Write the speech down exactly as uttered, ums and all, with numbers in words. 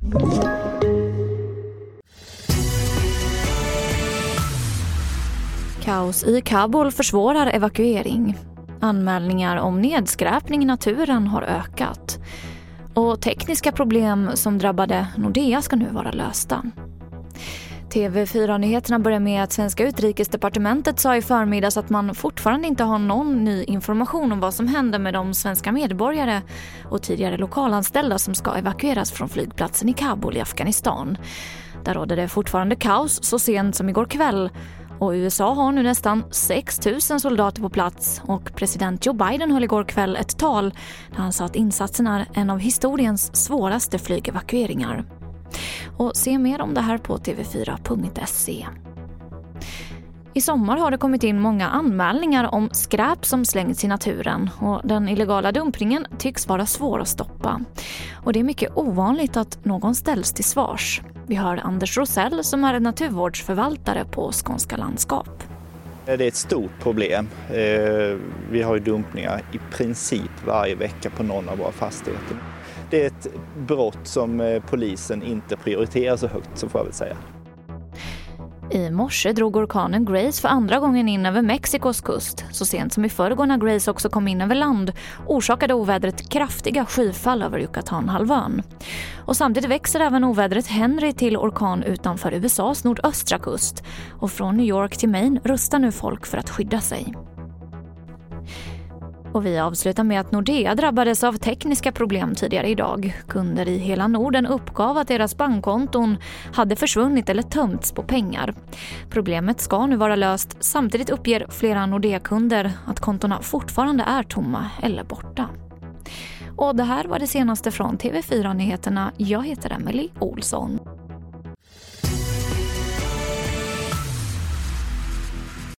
Kaos i Kabul försvårar evakuering. Anmälningar om nedskräpning i naturen har ökat. Och tekniska problem som drabbade Nordea ska nu vara lösta. T V fyra-nyheterna börjar med att svenska utrikesdepartementet sa i förmiddags att man fortfarande inte har någon ny information om vad som händer med de svenska medborgare och tidigare lokalanställda som ska evakueras från flygplatsen i Kabul i Afghanistan. Där råder det fortfarande kaos så sent som igår kväll. Och U S A har nu nästan sex tusen soldater på plats och president Joe Biden höll igår kväll ett tal där han sa att insatsen är en av historiens svåraste flygevakueringar. Och se mer om det här på t v fyra punkt se. I sommar har det kommit in många anmälningar om skräp som slängts i naturen och den illegala dumpningen tycks vara svår att stoppa. Och det är mycket ovanligt att någon ställs till svars. Vi hör Anders Rosell som är naturvårdsförvaltare på Skånska landskap. Det är ett stort problem. Vi har ju dumpningar i princip varje vecka på någon av våra fastigheter. Det är ett brott som polisen inte prioriterar så högt, så får jag väl säga. I morse drog orkanen Grace för andra gången in över Mexikos kust. Så sent som i förrgår när Grace också kom in över land orsakade ovädret kraftiga skyfall över Yucatanhalvön. Och samtidigt växer även ovädret Henry till orkan utanför U S A:s nordöstra kust. Och från New York till Maine rustar nu folk för att skydda sig. Och vi avslutar med att Nordea drabbades av tekniska problem tidigare idag. Kunder i hela Norden uppgav att deras bankkonton hade försvunnit eller tömts på pengar. Problemet ska nu vara löst. Samtidigt uppger flera Nordea-kunder att kontona fortfarande är tomma eller borta. Och det här var det senaste från T V fyra-nyheterna. Jag heter Emily Olsson.